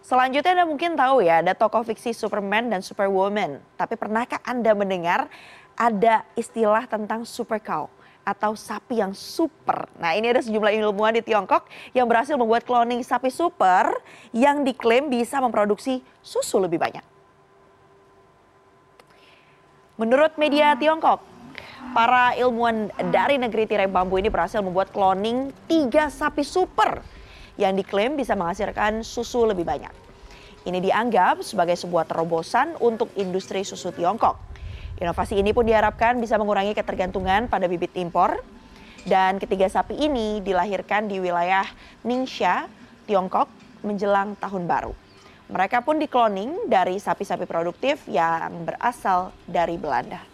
Selanjutnya Anda mungkin tahu ya, ada tokoh fiksi Superman dan Superwoman. Tapi pernahkah Anda mendengar ada istilah tentang super cow atau sapi yang super? Nah, ini ada sejumlah ilmuwan di Tiongkok yang berhasil membuat cloning sapi super yang diklaim bisa memproduksi susu lebih banyak. Menurut media Tiongkok, para ilmuwan dari negeri tirai bambu ini berhasil membuat cloning 3 sapi super yang diklaim bisa menghasilkan susu lebih banyak. Ini dianggap sebagai sebuah terobosan untuk industri susu Tiongkok. Inovasi ini pun diharapkan bisa mengurangi ketergantungan pada bibit impor. Dan ketiga sapi ini dilahirkan di wilayah Ningxia, Tiongkok menjelang tahun baru. Mereka pun dikloning dari sapi-sapi produktif yang berasal dari Belanda.